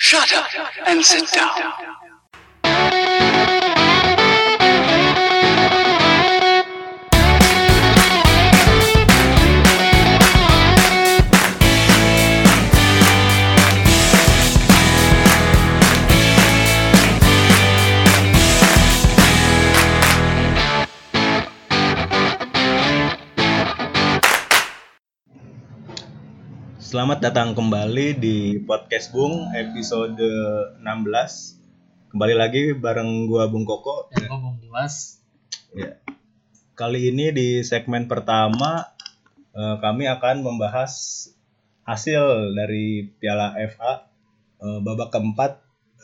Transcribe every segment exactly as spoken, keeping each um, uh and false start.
Shut up and sit down. Selamat datang kembali di Podcast Bung episode enam belas. Kembali lagi bareng gua Bung Koko dan gua Bung Dimas. Ya. Kali ini di segmen pertama eh, kami akan membahas hasil dari Piala F A eh, babak keempat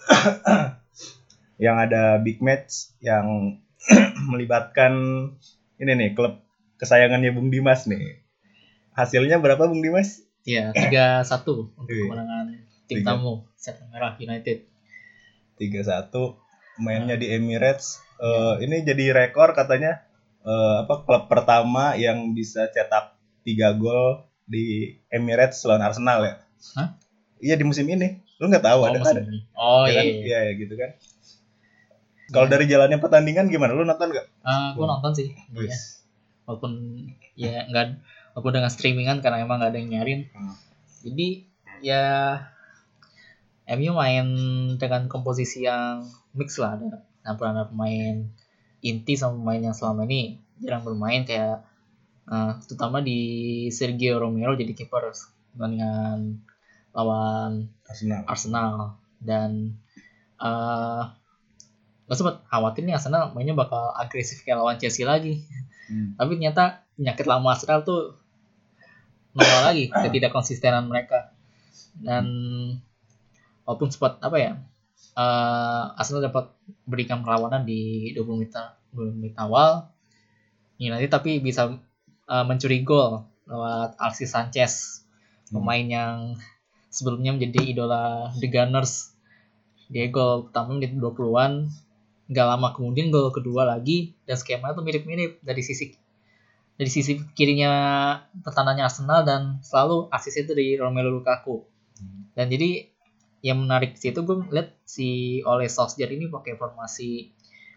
yang ada big match yang melibatkan ini nih klub kesayangannya Bung Dimas nih. Hasilnya berapa Bung Dimas? Ya, tiga satu untuk kemenangan tim tamu Setan Merah United. tiga satu mainnya di Emirates. Uh, ya. Ini jadi rekor katanya uh, apa klub pertama yang bisa cetak tiga gol di Emirates lawan Arsenal ya. Hah? Iya di musim ini. Lu enggak tahu oh, ada ada. Oh ya iya. Kan? Iya ya, gitu kan. Kalau dari jalannya pertandingan gimana? Lu nonton enggak? Uh, gua nonton sih. Ya. Walaupun ya enggak aku dengan streamingan karena emang gak ada yang nyariin. Hmm. Jadi ya M U main dengan komposisi yang mix lah, ada campuran ada pemain inti sama pemain yang selama ini jarang bermain kayak uh, terutama di Sergio Romero jadi kiper dengan lawan Arsenal. Arsenal dan uh, gue sempat khawatir nih Arsenal mainnya bakal agresif kayak lawan Chelsea lagi. Hmm. Tapi ternyata penyakit lama Arsenal tuh nol lagi ketidakkonsistenan mereka dan walaupun sempat apa ya uh, Arsenal dapat berikan perlawanan di dua puluh menit awal United tapi bisa uh, mencuri gol lewat Alexis Sanchez, pemain hmm. yang sebelumnya menjadi idola The Gunners. Dia gol pertama menit dua puluhan, gak lama kemudian gol kedua lagi dan skema itu mirip-mirip dari sisi dari sisi kirinya pertahanannya Arsenal dan selalu asis itu dari Romelu Lukaku. Dan jadi yang menarik di situ gue lihat si Ole Solskjaer ini pakai formasi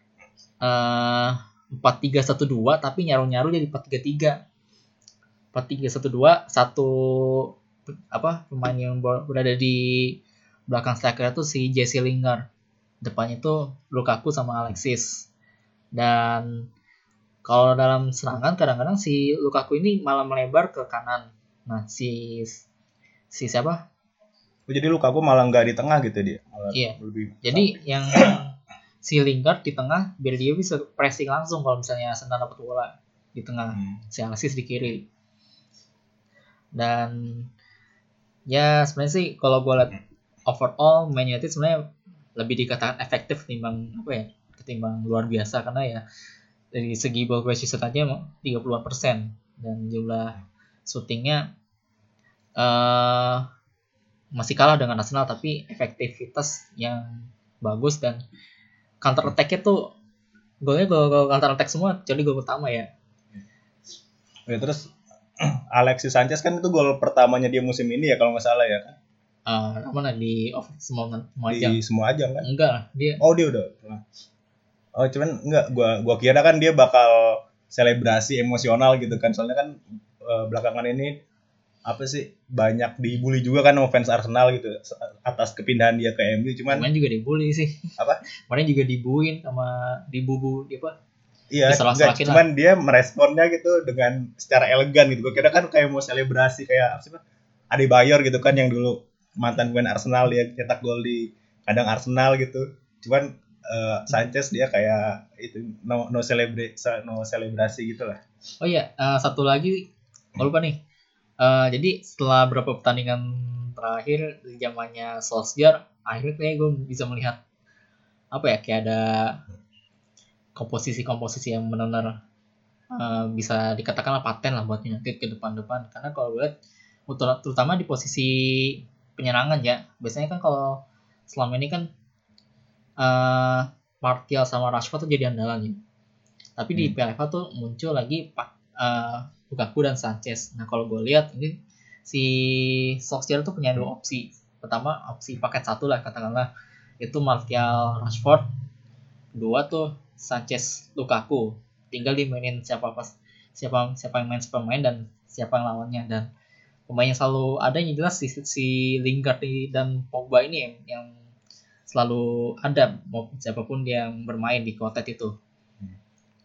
uh, empat tiga satu dua tapi nyaru-nyaru jadi empat tiga tiga. empat tiga satu dua satu apa pemain yang berada di belakang striker itu si Jesse Lingard. Depannya itu Lukaku sama Alexis. Dan kalau dalam serangan kadang-kadang si Lukaku ini malah melebar ke kanan. Nah, si si siapa? Oh, jadi Lukaku malah nggak di tengah gitu dia. Malah iya. Lebih jadi sampai. Yang si Lingard di tengah biar dia bisa pressing langsung kalau misalnya Arsenal dapat bola di tengah. Hmm. Si Alexis di kiri. Dan ya sebenarnya sih kalau gue lihat overall Man United sebenarnya lebih dikatakan efektif ketimbang apa ya? Ketimbang luar biasa karena ya dari segi ball possession aja tiga puluhan persen dan jumlah shootingnya uh, masih kalah dengan Arsenal tapi efektivitas yang bagus dan counter attack-nya tuh golnya gol counter attack semua kecuali gol pertama ya. Ya terus Alexis Sanchez kan itu gol pertamanya dia musim ini ya kalau nggak salah ya kan? Uh, mana di off semua semua di ajang. semua ajang kan? Enggak lah dia. Oh dia udah. Oh cuman enggak, gua gua kira kan dia bakal selebrasi emosional gitu kan, soalnya kan uh, belakangan ini apa sih banyak dibully juga kan sama fans Arsenal gitu atas kepindahan dia ke M U. Cuman kemarin juga dibully sih. Apa? Kemarin juga dibuin sama dibubu dia apa? Iya, enggak, cuman lah. Dia meresponnya gitu dengan secara elegan gitu. Gua kira kan kayak mau selebrasi kayak apa sih Pak? Adebayor gitu kan yang dulu mantan pemain Arsenal dia cetak gol di kandang Arsenal gitu. Cuman Uh, Sanchez dia kayak itu no no celebrate no selebrasi gitulah. Oh iya, uh, satu lagi hmm. lupa nih. Uh, jadi setelah beberapa pertandingan terakhir di zamannya Solskjaer, akhirnya kayak gue bisa melihat apa ya kayak ada komposisi-komposisi yang benar-benar uh, bisa dikatakanlah paten lah buat United ke depan-depan. Karena kalau gue lihat terutama di posisi penyerangan ya, biasanya kan kalau selama ini kan Uh, Martial sama Rashford tuh jadi andalan gitu. Tapi hmm. di Piala F A tuh muncul lagi uh, Lukaku dan Sanchez. Nah kalau gue lihat ini si Solskjaer tuh punya dua opsi. Pertama opsi paket satu lah katakanlah, itu Martial, Rashford. Kedua tuh Sanchez, Lukaku. Tinggal dimainin siapa pas siapa siapa yang main pemain dan siapa yang lawannya, dan pemain yang selalu ada yang jelas si, si Lingard dan Pogba ini yang, yang selalu ada mau siapapun yang bermain di quartet itu. Hmm.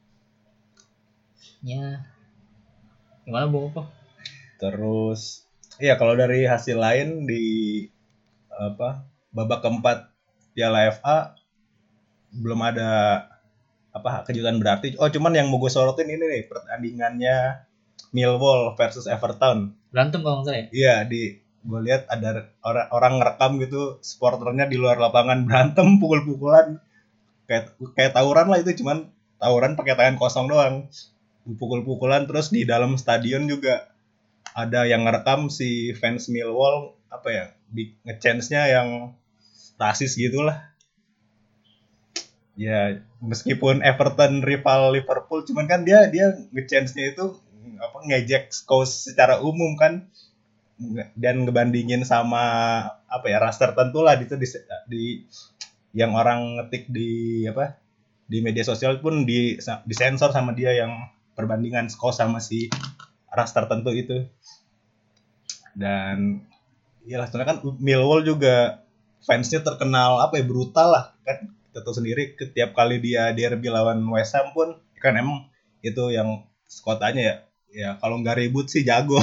Ya. Gimana Bung Opo? Terus iya kalau dari hasil lain di apa babak keempat Piala F A belum ada apa kejutan berarti. Oh cuman yang mau gue sorotin ini nih pertandingannya Millwall versus Everton. Berantem kalau nggak salah ya? Iya di gue lihat ada orang orang ngerekam gitu supporternya di luar lapangan berantem pukul-pukulan kayak kayak tawuran lah itu, cuman tawuran pakai tangan kosong doang, pukul-pukulan. Terus di dalam stadion juga ada yang ngerekam si fans Millwall apa ya di nge-chance-nya yang rasis gitulah. Ya meskipun Everton rival Liverpool, cuman kan dia dia nge-chance-nya itu apa ngejek Scholes secara umum kan, dan ngebandingin sama apa ya ras tertentu lah itu di, di yang orang ngetik di apa di media sosial pun di disensor sama dia yang perbandingan Scholes sama si ras tertentu itu. Dan ya sebenarnya kan Millwall juga fansnya terkenal apa ya brutal lah kan, kita tahu sendiri setiap kali dia derby lawan West Ham pun kan emang itu yang kotanya ya ya kalau nggak ribut sih jago.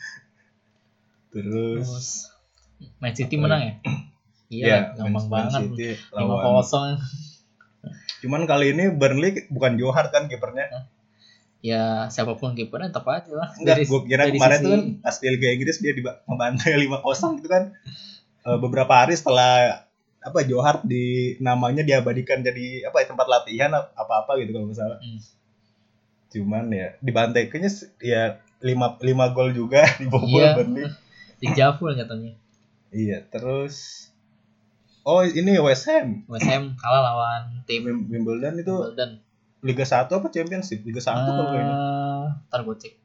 Terus, Terus Man City menang ya? Iya, ya, gampang Man banget. City lima kosong. Cuman kali ini Burnley bukan Johar kan kipernya. Ya siapapun kipernya tetap aja lah. Enggak, gue kira kemarin sisi... tuh kan pas di Liga Inggris dia membantai lima kosong gitu kan. E, beberapa hari setelah apa Johar di namanya diabadikan jadi apa ya tempat latihan apa-apa gitu kalau misalnya. Hmm. Cuman ya dibantai kayaknya ya lima lima gol juga dibobol iya, Burnley. Dijaful katanya. Iya, terus oh ini West Ham. West Ham kalah lawan tim Wimbledon itu. Wimbledon. Liga satu apa Championship? Liga satu uh, kalau kayaknya. Ntar gue cek.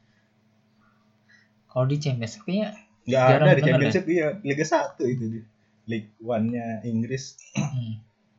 Kalau di Championship kayaknya nggak ada di Championship ya? Iya, Liga satu itu di League One-nya Inggris. Hmm.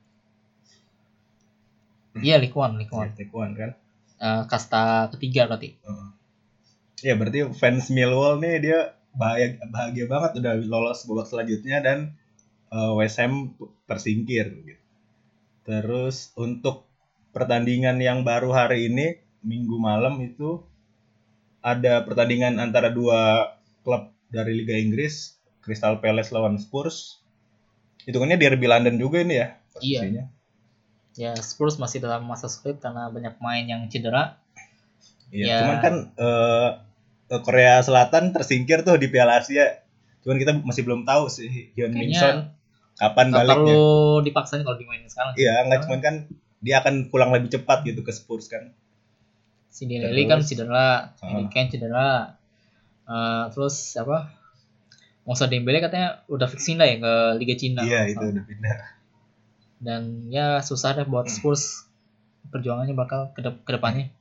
Iya, League One, League One. League One kan. Uh, kasta ketiga berarti. Uh. Ya berarti fans Millwall nih dia bahagia bahagia banget udah lolos babak selanjutnya dan uh, West Ham tersingkir gitu. Terus untuk pertandingan yang baru hari ini Minggu malam itu ada pertandingan antara dua klub dari Liga Inggris, Crystal Palace lawan Spurs. Hitungannya derby London juga ini ya posisinya. Iya. Ya Spurs masih dalam masa sulit karena banyak pemain yang cedera. Iya, ya. Cuman kan uh, Korea Selatan tersingkir tuh di Piala Asia. Cuman kita masih belum tahu sih Hyun Min Son kapan baliknya. Perlu dipaksain kalau dimainin sekarang. Iya, enggak cuman kan dia akan pulang lebih cepat gitu ke Spurs kan. Si Dele kan cedera, Harry uh. Kane cedera. Uh, terus apa? Moussa Dembele katanya udah fix pindah ya ke Liga Cina. Iya, itu udah pindah. Dan ya susah deh buat Spurs. Perjuangannya bakal ke de- depannya.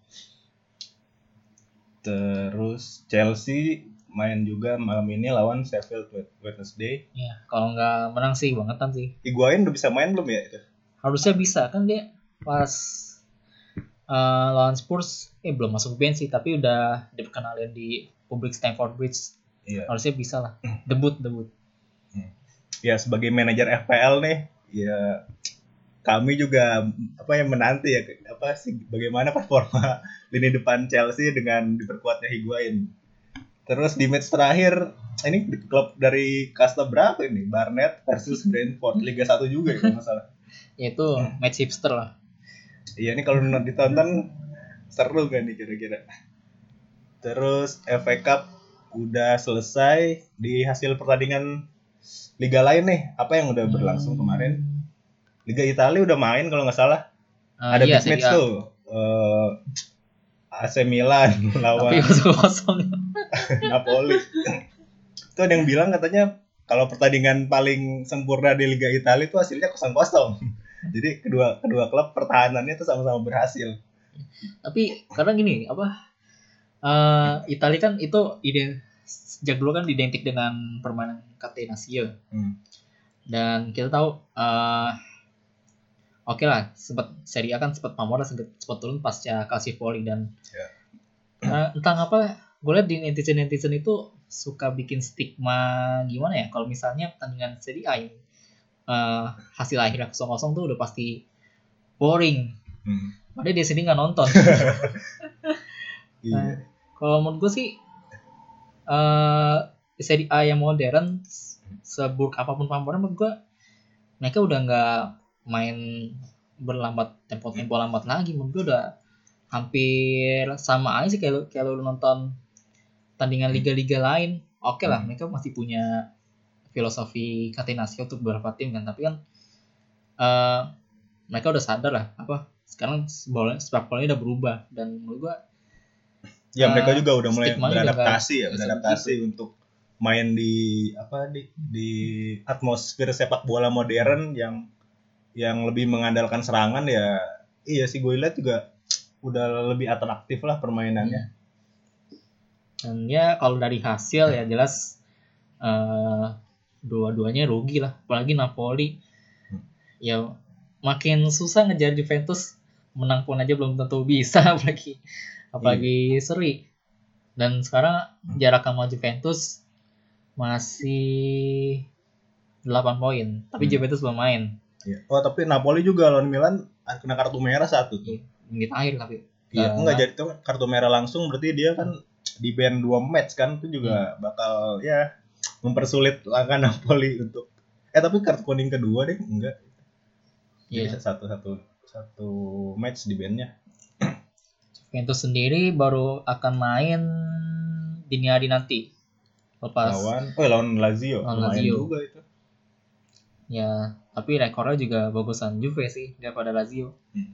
Terus Chelsea main juga malam ini lawan Sheffield Wednesday. Ya, kalau nggak menang sih bangetan sih. Higuain udah bisa main belum ya itu? Harusnya bisa kan dia pas uh, lawan Spurs eh belum masuk bench sih tapi udah diperkenalin di publik Stamford Bridge. Iya. Harusnya bisa lah. Debut debut. Ya sebagai manajer F P L nih, ya kami juga apa yang menanti ya apa sih bagaimana performa lini depan Chelsea dengan diperkuatnya Higuain. Terus di match terakhir ini klub dari kasta berapa ini? Barnet versus Brentford Liga satu juga ya kalau enggak salah. Itu match hipster lah. Iya nih kalau ditonton seru kan nih kira-kira. Terus F A Cup udah selesai. Di hasil pertandingan liga lain nih, apa yang udah berlangsung hmm. kemarin? Liga Italia udah main kalau nggak salah. Uh, ada iya, big match tuh. Uh, A C Milan lawan Napoli. Itu ada yang bilang katanya kalau pertandingan paling sempurna di Liga Italia itu hasilnya kosong kosong. Jadi kedua kedua klub pertahanannya itu sama-sama berhasil. Tapi karena gini apa? Uh, Italia kan itu ide sejak dulu kan identik dengan permainan Catenaccio. Hmm. Dan kita tahu uh, oke okay lah, sempat Serie A kan sempat pamor, sempat sempat turun pasca Calciopoli dan yeah. uh, entah apa gue lihat di netizen netizen itu suka bikin stigma gimana ya kalau misalnya pertandingan Serie A ini uh, hasil akhirnya kosong kosong tuh udah pasti boring. Hmm. Padahal dia sendiri nggak nonton. Nah, kalau menurut gue sih uh, Serie A yang modern seburuk apapun pamornya, menurut gue mereka udah nggak main berlambat tempo-tempo lambat lagi. Menurut gue udah hampir sama aja sih kayak kayak lu nonton tandingan liga-liga lain. Oke okay lah, mereka masih punya filosofi Catenaccio untuk beberapa tim kan, tapi kan uh, mereka udah sadar lah apa sekarang sepak bolanya udah berubah dan menurut gua ya uh, mereka juga udah mulai beradaptasi ya, beradaptasi gitu. Untuk main di apa di di atmosfer sepak bola modern yang yang lebih mengandalkan serangan ya. Iya sih gue lihat juga udah lebih atraktif lah permainannya. Hmm. Dan ya kalau dari hasil ya jelas uh, dua-duanya rugi lah, apalagi Napoli hmm. ya makin susah ngejar Juventus, menang pun aja belum tentu bisa, apalagi apalagi iya. seri. Dan sekarang jarak sama Juventus masih delapan poin, tapi hmm. Juventus belum main. Iya. Oh tapi Napoli juga lawan Milan kena kartu merah satu tuh. Menit akhir tapi. Iya, uh, enggak jadi tuh kartu merah langsung berarti dia kan di ban dua match kan, itu juga hmm. bakal ya mempersulit langkah Napoli untuk eh tapi kartu kuning kedua deh enggak. Jadi yeah. satu satu satu match di ban-nya. Juventus sendiri baru akan main dini hari nanti. Lepas lawan oh lawan Lazio. Lawan Lazio juga itu. Ya, tapi rekornya juga bagusan Juve sih daripada Lazio. Hmm.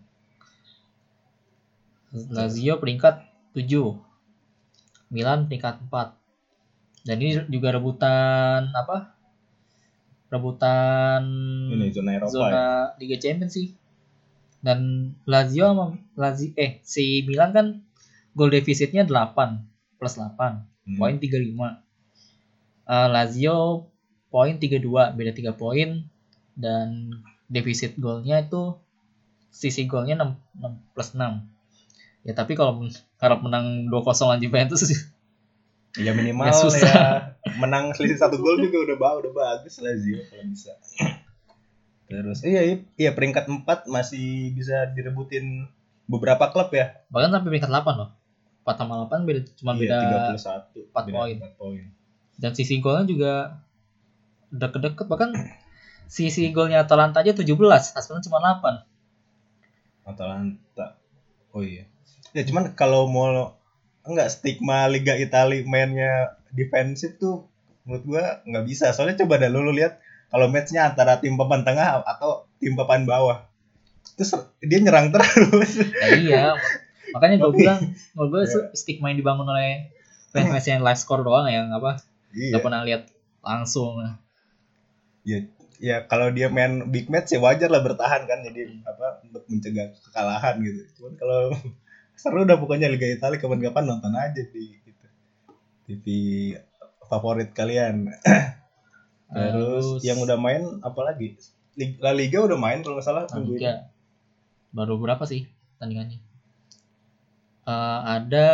Lazio peringkat tujuh. Milan peringkat empat. Dan ini juga rebutan apa? Rebutan ini zona Eropa zona ya? Liga Champions sih. Dan Lazio sama Lazio eh si Milan kan gol defisitnya delapan plus delapan, hmm. poin tiga puluh lima. Uh, Lazio poin tiga puluh dua, beda tiga poin, dan defisit golnya itu sisi golnya enam, enam plus enam. Ya tapi kalau harap menang dua kosong lawan Juventus ya minimal ya, ya menang selisih satu gol juga udah bagus, udah bagus Lazio kalau bisa. Terus iya iya peringkat empat masih bisa direbutin beberapa klub ya. Bahkan sampai peringkat delapan loh. empat sama delapan beda cuma iya, beda tiga puluh satu, empat poin. empat poin. Dan sisi golnya juga deket-deket, bahkan sisi golnya Atalanta aja tujuh belas, hasilnya cuma delapan. Atalanta. Oh iya. Ya cuman kalau mau enggak stigma Liga Italia mainnya defensif tuh menurut gua enggak bisa. Soalnya coba dah lu, lu lihat kalau match-nya antara tim papan tengah atau tim papan bawah. Terus dia nyerang terus. Ya, iya. Makanya gua bilang, menurut gua yeah. stigma yang dibangun oleh fans-fans yang live score doang yang apa? Enggak iya. pernah lihat langsung. Ya, ya kalau dia main big match ya wajar lah bertahan kan, jadi apa untuk mencegah kekalahan gitu. Cuman kalau seru udah pokoknya Liga Italia kapan-kapan nonton aja di gitu. T V favorit kalian. Terus uh, yang udah main apa lagi? La Liga udah main kalau nggak salah minggu ini. Baru berapa sih tandingannya? Uh, ada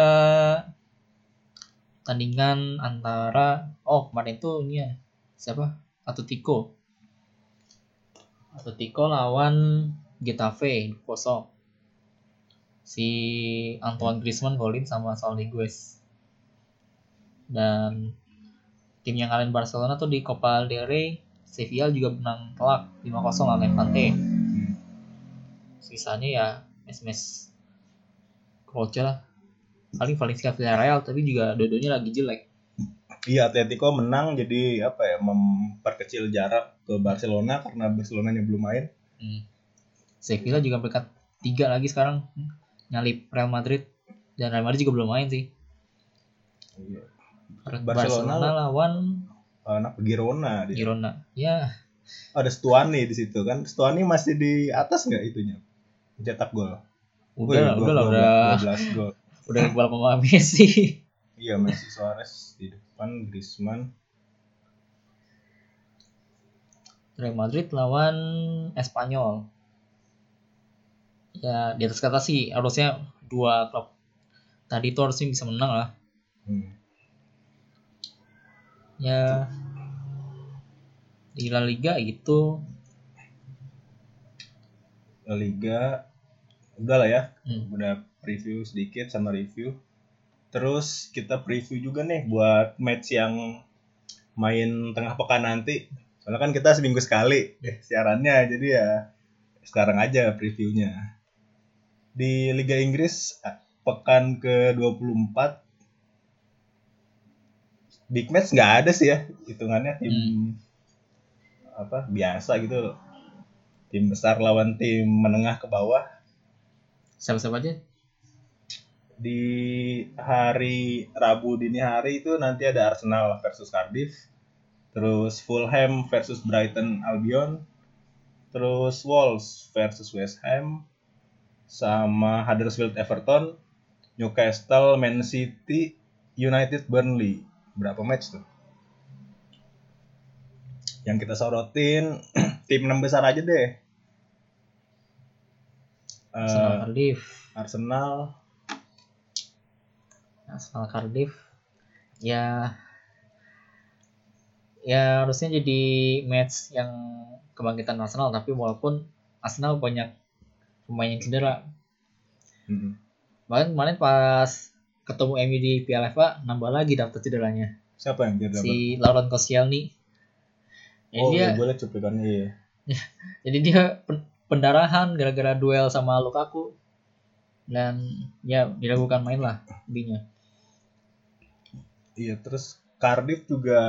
tandingan antara oh kemarin tuh ini ya siapa? Atletico. Atletico lawan Getafe kosong. Si Antoine Griezmann golin sama Saul Niguez. Dan tim yang ngalahin Barcelona tuh di Copa del Rey, Sevilla juga menang telak lima kosong lawan Levante. Sisanya ya mes-mes kroce lah. Paling Valencia Villarreal, tapi juga dua-duanya lagi jelek. Iya, Atletico menang jadi apa ya, memperkecil jarak ke Barcelona karena Barcelonanya belum main. Hmm. Sevilla juga peringkat tiga lagi sekarang, nyalip Real Madrid, dan Real Madrid juga belum main sih. Iya. Barcelona, Barcelona lawan anak Girona. Dia. Girona, ya. Oh, ada Stuani di situ kan. Stuani masih di atas nggak itunya? Cetak gol. Udah, Wih, udah lah, udah dua belas gol. Udah iqbal sama Messi. Iya, Messi, Suarez di depan, Griezmann. Real Madrid lawan Espanyol. Ya di atas kata sih harusnya dua klub tadi itu harusnya bisa menang lah. Hmm. Ya di La Liga itu. La Liga udah lah ya. Hmm. Udah preview sedikit sama review. Terus kita preview juga nih buat match yang main tengah pekan nanti. Soalnya kan kita seminggu sekali eh, siarannya, jadi ya sekarang aja previewnya. Di Liga Inggris pekan ke dua puluh empat big match nggak ada sih ya, hitungannya tim hmm. apa biasa gitu, tim besar lawan tim menengah ke bawah. Siapa-siapa aja? Di hari Rabu dini hari itu nanti ada Arsenal versus Cardiff, terus Fulham versus Brighton Albion, terus Wolves versus West Ham, sama Huddersfield Everton, Newcastle Man City, United Burnley. Berapa match tuh? Yang kita sorotin tim enam besar aja deh. Arsenal uh, Cardiff. Arsenal. Arsenal Cardiff. Ya ya harusnya jadi match yang kebangkitan Arsenal, tapi walaupun Arsenal banyak pemain yang cedera. Hmm. Bahkan kemarin pas ketemu M U di Piala F A nambah lagi daftar cederanya. Siapa yang cedera? Si Laurent Koscielny. Jadi oh, dia boleh cuplikannya ya. Jadi dia pendarahan gara-gara duel sama Lukaku. Dan ya diragukan main lah intinya. Iya, terus Cardiff juga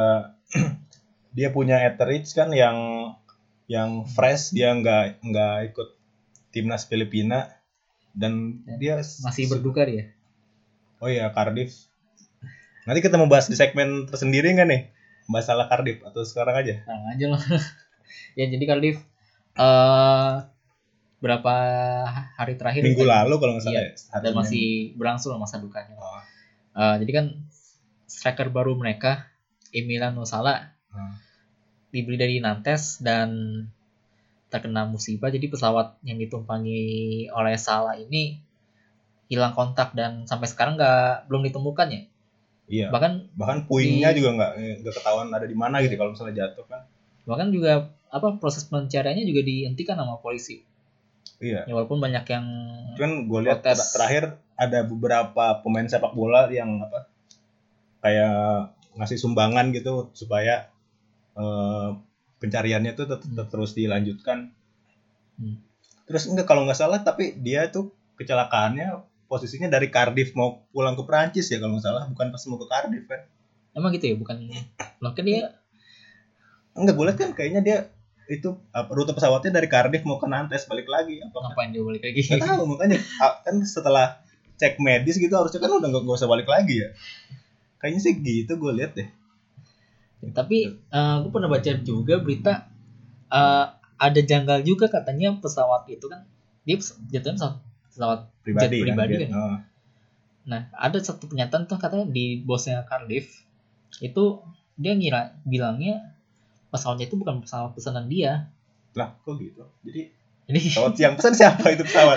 dia punya Etheridge kan yang yang fresh, dia nggak nggak ikut timnas Filipina dan, dan dia masih berduka dia. Oh iya, Cardiff. Nanti kita mau bahas di segmen tersendiri nggak nih masalah Cardiff atau sekarang aja? Sekarang aja lah. Ya jadi Cardiff uh, berapa hari terakhir minggu kan, lalu kalau nggak salah iya, ya, dan masih berlangsung masa dukanya. Oh. Uh, jadi kan striker baru mereka Emiliano Sala hmm. dibeli dari Nantes dan terkena musibah, jadi pesawat yang ditumpangi oleh Sala ini hilang kontak dan sampai sekarang nggak belum ditemukan ya. Iya. Bahkan bahkan puingnya di, juga nggak nggak ketahuan ada di mana gitu kalau misalnya jatuh kan. Bahkan juga apa proses pencariannya juga dihentikan sama polisi. Iya. Ya, walaupun banyak yang kan gue lihat ter- terakhir ada beberapa pemain sepak bola yang apa kayak ngasih sumbangan gitu supaya uh, pencariannya tuh tet- tet- terus dilanjutkan. Hmm. Terus enggak kalau nggak salah tapi dia tuh kecelakaannya posisinya dari Cardiff mau pulang ke Perancis ya kalau nggak salah, bukan pas mau ke Cardiff kan? Emang gitu ya, bukan? Mungkin dia enggak, gue lihat kan kayaknya dia itu rute pesawatnya dari Cardiff mau ke Nantes balik lagi. Apa ngapain dia balik lagi? Nggak tahu, makanya kan setelah cek medis gitu harusnya kan udah nggak usah balik lagi ya. Kayaknya sih gitu gue lihat deh. Tapi uh, gue pernah baca juga berita uh, ada janggal juga katanya pesawat itu kan dia jatuhnya pesawat, pesawat pribadi, jet pribadi kan. kan? Oh. Nah ada satu pernyataan tuh katanya di bosnya Cardiff itu dia ngira bilangnya pesawatnya itu bukan pesawat pesanan dia. Lah kok gitu? Jadi, Jadi pesawat yang pesan siapa itu pesawat?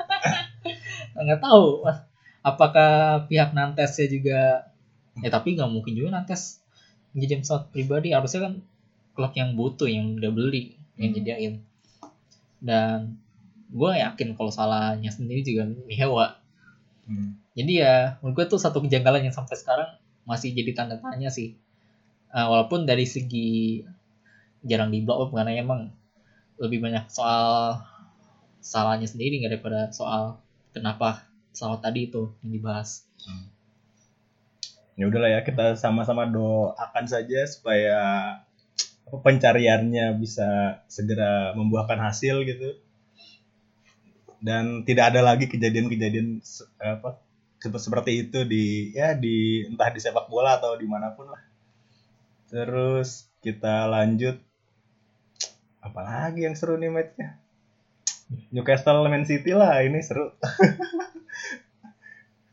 Nggak tahu. Apakah pihak Nantesnya juga? Ya tapi nggak mungkin juga Nantes jadi pesawat pribadi, harusnya kan klub yang butuh yang udah beli yang nyediain. Dan gue yakin kalau salahnya sendiri juga nyewa. Hmm. Jadi ya menurut gue tuh satu kejanggalan yang sampai sekarang masih jadi tanda tanya sih. Uh, walaupun dari segi jarang di blow up karena emang lebih banyak soal salahnya sendiri nggak daripada soal kenapa pesawat tadi itu yang dibahas. Hmm. Ya udahlah ya, kita sama-sama doakan saja supaya pencariannya bisa segera membuahkan hasil gitu dan tidak ada lagi kejadian-kejadian apa seperti itu di ya di entah di sepak bola atau dimanapun lah. Terus kita lanjut, apalagi yang seru nih matchnya? Newcastle Man City lah, ini seru.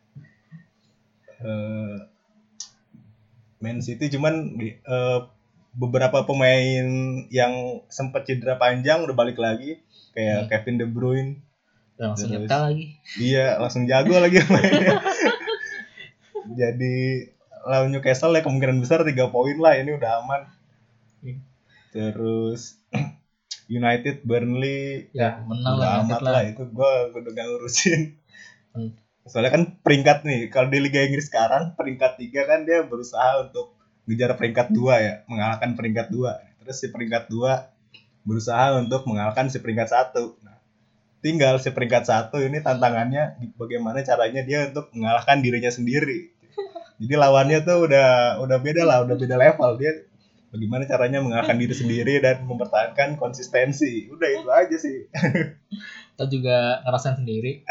uh, Man City cuman uh, beberapa pemain yang sempat cedera panjang udah balik lagi kayak hmm. Kevin De Bruyne udah langsung nyetel lagi. Iya, langsung jago lagi mainnya. Jadi lawan Newcastle ya kemungkinan besar tiga poin lah, ini udah aman. Hmm. Terus United Burnley ya, ya menang udah lah, amat lah. lah itu gue udah gak ngurusin. Hmm. Soalnya kan peringkat nih kalau di Liga Inggris sekarang peringkat tiga kan dia berusaha untuk ngejar peringkat dua ya, mengalahkan peringkat dua. Terus si peringkat dua berusaha untuk mengalahkan si peringkat satu. Nah, tinggal si peringkat satu ini tantangannya bagaimana caranya dia untuk mengalahkan dirinya sendiri. Jadi lawannya tuh udah udah beda lah, udah beda level. Dia bagaimana caranya mengalahkan diri sendiri dan mempertahankan konsistensi. Udah itu aja sih. Kita juga ngerasain sendiri.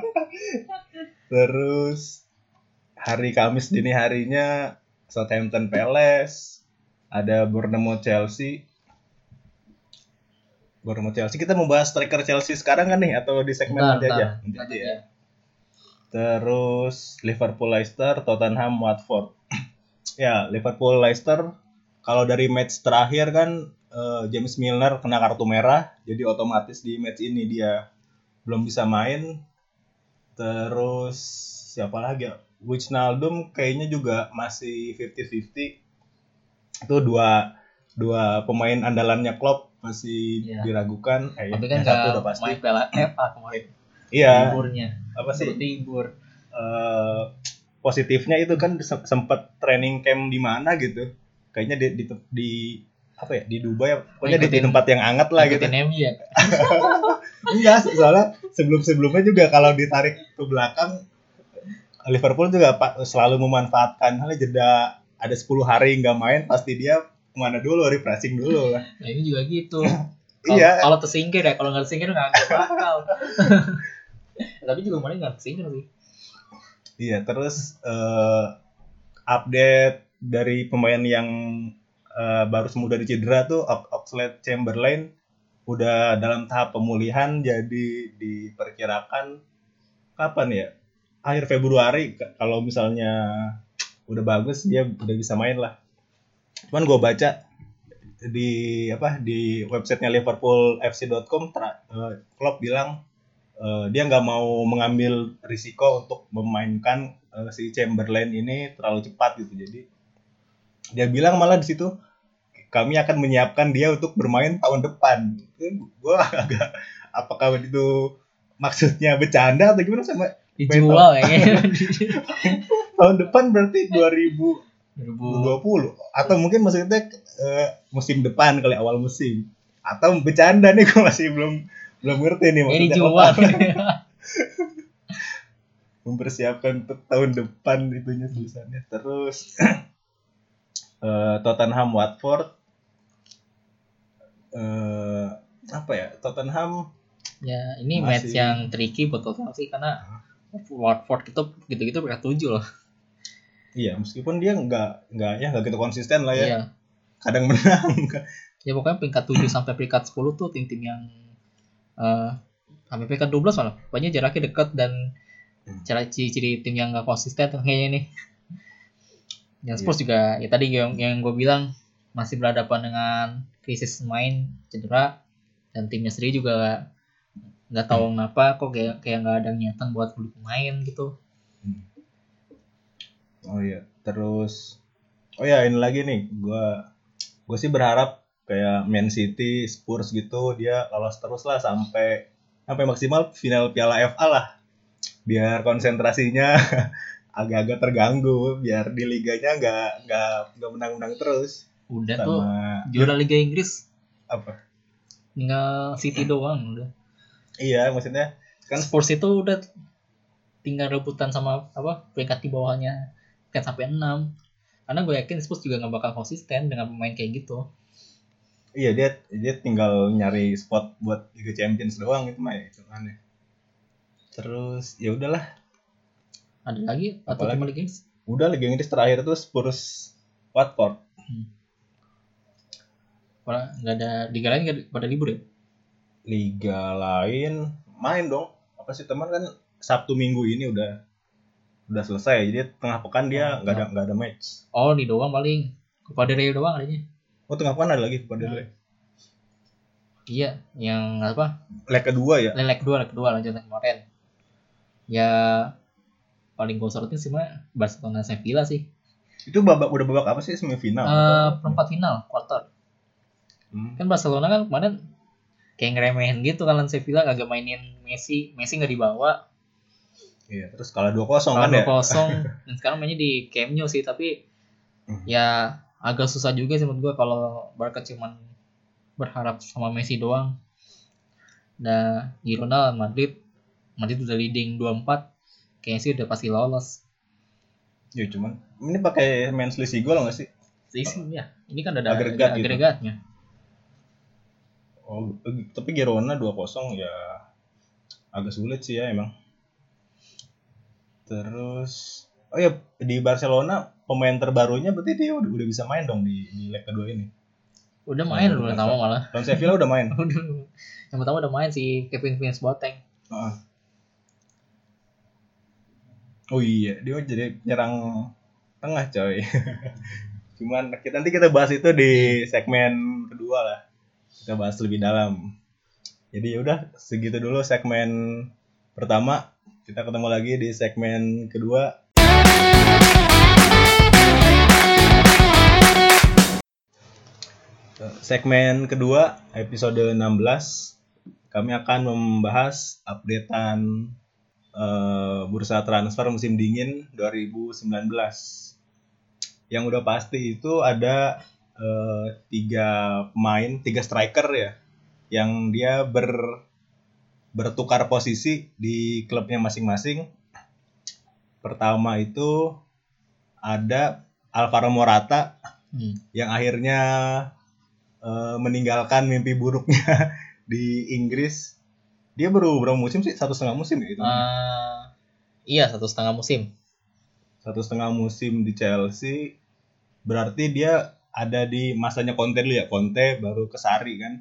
Terus hari Kamis dini harinya Southampton Palace, ada Bournemouth Chelsea. Bournemouth Chelsea, kita mau bahas striker Chelsea sekarang kan nih atau di segmen nanti aja? Nanti aja ya. Terus Liverpool Leicester, Tottenham Watford. Ya, Liverpool Leicester kalau dari match terakhir kan uh, James Milner kena kartu merah, jadi otomatis di match ini dia belum bisa main. Terus siapa lagi ya? Wijnaldum kayaknya juga masih fifty-fifty. Itu dua dua pemain andalannya Klopp masih ya. diragukan. Eh, Tapi kan satu udah pasti. Main Piala F A kemarin. Iya. Liburnya. Apa sih? Libur. Uh, positifnya itu kan sempat training camp di mana gitu. Kayaknya di, di di apa ya? Di Dubai. Pokoknya di, di tempat yang hangat lah gitu. M U ya. Enggak, soalnya sebelum-sebelumnya juga kalau ditarik ke belakang Liverpool juga selalu memanfaatkan hal jeda ada sepuluh hari nggak main pasti dia kemana dulu, refreshing dulu lah. Nah ini juga gitu. Iya. Kalau tersingkir ya, kalau nggak tersingkir nggak bakal. Tapi juga kemarin nggak tersingkir sih. Iya, terus uh, update dari pemain yang uh, baru sembuh dari cedera tuh Oxlade-Chamberlain udah dalam tahap pemulihan, jadi diperkirakan kapan ya? Akhir Februari kalau misalnya udah bagus dia udah bisa main lah. Cuman gue baca di apa di websitenya liverpool f c dot com uh, Klopp bilang uh, dia nggak mau mengambil risiko untuk memainkan uh, si Chamberlain ini terlalu cepat gitu. Jadi dia bilang malah di situ kami akan menyiapkan dia untuk bermain tahun depan. Gue agak apakah itu maksudnya bercanda atau gimana sama dijual kayaknya. Tahun depan berarti dua ribu dua puluh atau mungkin maksudnya uh, musim depan kali, awal musim, atau bercanda nih, gue masih belum belum ngerti nih maksudnya. Ini dijual. Mempersiapkan untuk tahun depan itunya tulisannya. Terus uh, Tottenham Watford uh, apa ya? Tottenham ya ini masih match yang tricky buat Tottenham sih karena Watford itu gitu-gitu peringkat tujuh loh. Iya, meskipun dia nggak nggak ya nggak gitu konsisten lah ya. Iya. Kadang menang. Ya pokoknya peringkat tujuh sampai peringkat sepuluh tuh tim-tim yang uh, sampai peringkat dua belas malah. Pokoknya jaraknya dekat dan hmm. cara ciri-ciri tim yang nggak konsisten kayaknya nih. Yang Spurs iya. juga ya tadi yang yang gue bilang masih berhadapan dengan krisis main, cedera, dan timnya sendiri juga nggak tahu hmm. kenapa kok kayak kayak nggak ada niatan buat beli pemain gitu. Hmm. Oh iya, terus oh ya ini lagi nih, gue gue sih berharap kayak Man City, Spurs gitu dia lolos terus lah sampai sampai maksimal final Piala F A lah, biar konsentrasinya agak-agak terganggu, biar di liganya nggak nggak nggak menang-menang terus. Udah sama tuh juara Liga Inggris apa? Tinggal City doang udah. Iya, maksudnya kan Spurs itu udah tinggal rebutan sama apa peringkat di bawahnya kan sampai enam. Karena gue yakin Spurs juga nggak bakal konsisten dengan pemain kayak gitu. Iya, dia dia tinggal nyari spot buat Liga Champions doang itu mah ya, itu aneh. Terus ya udahlah. Ada lagi atau cuma Liga Inggris? Udah, Liga Inggris terakhir tuh Spurs Watford. Hmm. Kalau nggak ada liga lain nggak pada libur ya? Liga lain main dong. Apa sih teman kan Sabtu Minggu ini udah udah selesai. Jadi tengah pekan dia nggak oh, ada nggak ada match. Oh, ini doang paling. Copa del Rey doang adanya. Oh, tengah pekan ada lagi pada leg. Iya, yang apa? Leg kedua ya? Leg kedua, leg kedua lanjutan kemarin. Ya paling gue sorotin sih mah Barcelona Sevilla sih. Itu babak udah babak apa sih, semifinal? Uh, perempat final, quarter. Hmm. Kan Barcelona kan kemarin kayak ngeremehin gitu kan lawan Sevilla, kagak mainin Messi, Messi nggak dibawa. Iya, terus kalah dua kosong kan ya? dua kosong dan sekarang mainnya di Camp Nou sih, tapi hmm. ya agak susah juga sih menurut gue kalau Barca cuman berharap sama Messi doang. Nah, Girona Madrid Madrid udah leading dua empat, kayaknya sih udah pasti lolos. Ya cuman ini pakai main selisih gol nggak sih? Selisih ya. Ini kan ada agregat ada agregatnya. Gitu. Oh, tapi Girona dua kosong ya agak sulit sih ya emang. Terus oh ya di Barcelona pemain terbarunya berarti dia udah, udah bisa main dong di di leg kedua ini. Udah main dulu pertama malah. Lawan Sevilla udah main. Yang pertama udah main si Kevin Prince Boateng. Uh. Oh iya, dia jadi nyerang tengah coy. Cuman kita, nanti kita bahas itu di segmen kedua lah. Kita bahas lebih dalam. Jadi udah segitu dulu segmen pertama. Kita ketemu lagi di segmen kedua. Segmen kedua episode enam belas kami akan membahas updatean uh, bursa transfer musim dingin dua ribu sembilan belas. Yang udah pasti itu ada uh, tiga pemain, tiga striker ya, yang dia ber bertukar posisi di klubnya masing-masing. Pertama itu ada Alvaro Morata hmm. yang akhirnya Uh, meninggalkan mimpi buruknya di Inggris. Dia baru berapa musim sih? Satu setengah musim gitu. Uh, iya satu setengah musim. Satu setengah musim di Chelsea. Berarti dia ada di masanya Conte dulu ya. Conte baru ke Sarri kan.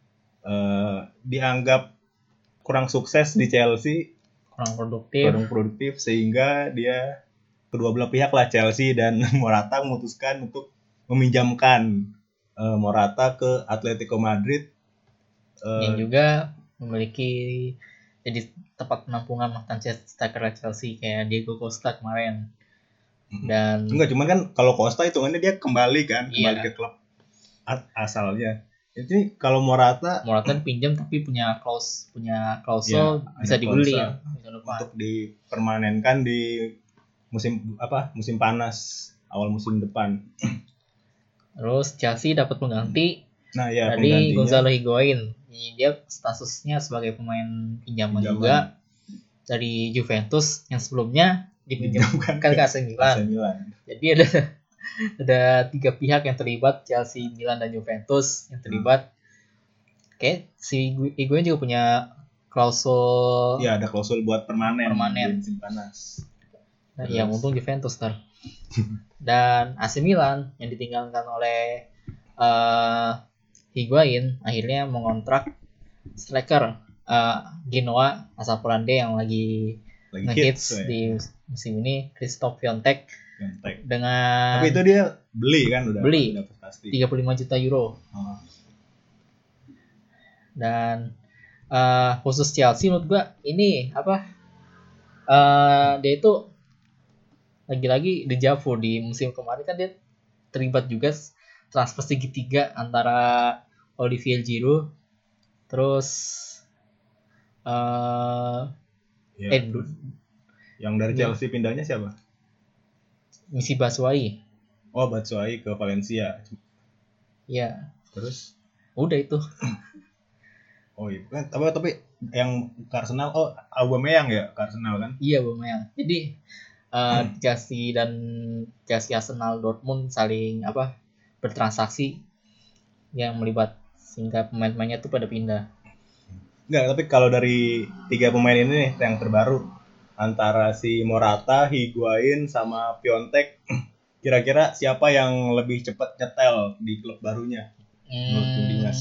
Uh, dianggap kurang sukses di Chelsea. Kurang produktif. Kurang produktif sehingga dia kedua belah pihak lah Chelsea dan Morata memutuskan untuk meminjamkan Morata ke Atletico Madrid yang uh, juga memiliki jadi tempat penampungan mantan striker Chelsea kayak Diego Costa kemarin. Dan enggak cuman kan kalau Costa hitungannya dia kembali kan iya. Kembali ke klub asalnya. Jadi kalau Morata Morata pinjam tapi punya klaus punya klausul ya, bisa dibeli ya, untuk dipermanenkan di musim apa musim panas awal musim depan. Terus Chelsea dapat pengganti nah, ya, dari Gonzalo Higuain. Dia statusnya sebagai pemain pinjaman, pinjaman juga dari Juventus yang sebelumnya dipinjamkan ke A C Milan. Jadi ada ada tiga pihak yang terlibat, Chelsea, Milan dan Juventus yang terlibat. Hmm. Kayak si Higuain juga punya klausul. Ya, ada klausul buat permanen. Permanen. Musim panas. Nah, yang untung Juventus ntar. Dan A C Milan yang ditinggalkan oleh uh, Higuain akhirnya mengontrak striker uh, Genoa asal Polandia yang lagi, lagi ngehits hits, di musim ini, Christoph Piontek. Piontek. Dengan tapi itu dia beli kan udah beli tiga puluh lima juta euro. Oh. Dan uh, khusus Chelsea menurut gua ini apa? Uh, dia itu lagi-lagi deja vu di musim kemarin kan dia terlibat juga transfer segitiga antara Olivier Giroud terus uh, ya, eh, yang dari Chelsea ya. Pindahnya siapa? Misi Batshuayi. Oh, Batshuayi ke Valencia. Iya. Terus udah itu. Oh iya, tapi tapi yang ke Arsenal, oh Aubameyang ya ke Arsenal kan? Iya, Aubameyang. Jadi uh, hmm. Chelsea dan Chelsea Arsenal Dortmund saling apa bertransaksi yang melibat sehingga pemain-pemainnya tuh pada pindah. Enggak, tapi kalau dari tiga pemain ini nih yang terbaru antara si Morata, Higuain sama Piontek, kira-kira siapa yang lebih cepat nyetel di klub barunya? Hmm. Menurut Dimas.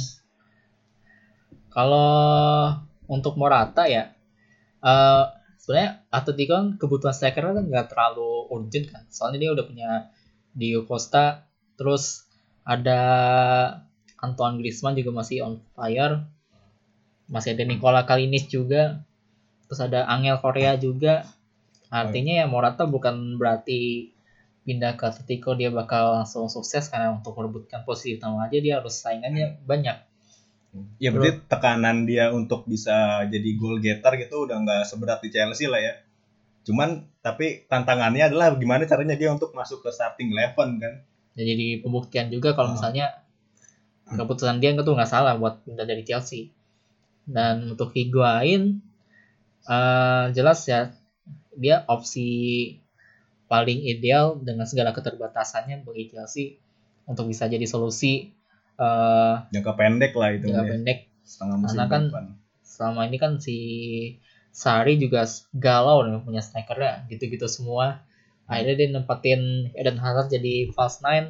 Kalau untuk Morata ya, uh, sebenarnya Atletico kan kebutuhan striker kan nggak terlalu urgent kan, soalnya dia udah punya Diego Costa, terus Ada Antoine Griezmann juga masih on fire. Masih ada Nikola Kalinic juga. Terus ada Angel Correa juga. Artinya ya Morata bukan berarti pindah ke Atletico dia bakal langsung sukses, karena untuk merebutkan posisi utama aja dia harus saingannya banyak. Ya berarti tekanan dia untuk bisa jadi goal getter gitu udah nggak seberat di Chelsea lah ya. Cuman tapi tantangannya adalah gimana caranya dia untuk masuk ke starting eleven kan. Ya, jadi pembuktian juga kalau misalnya keputusan dia itu nggak salah buat pindah dari Chelsea. Dan untuk Higuain uh, jelas ya dia opsi paling ideal dengan segala keterbatasannya bagi Chelsea untuk bisa jadi solusi uh, jangka pendek lah itu. Jangka ya. pendek. Setengah musim karena kan depan. Selama ini kan si Sarri juga galau nih punya strikernya gitu-gitu semua. Akhirnya dia nempatin Eden Hazard jadi false nine,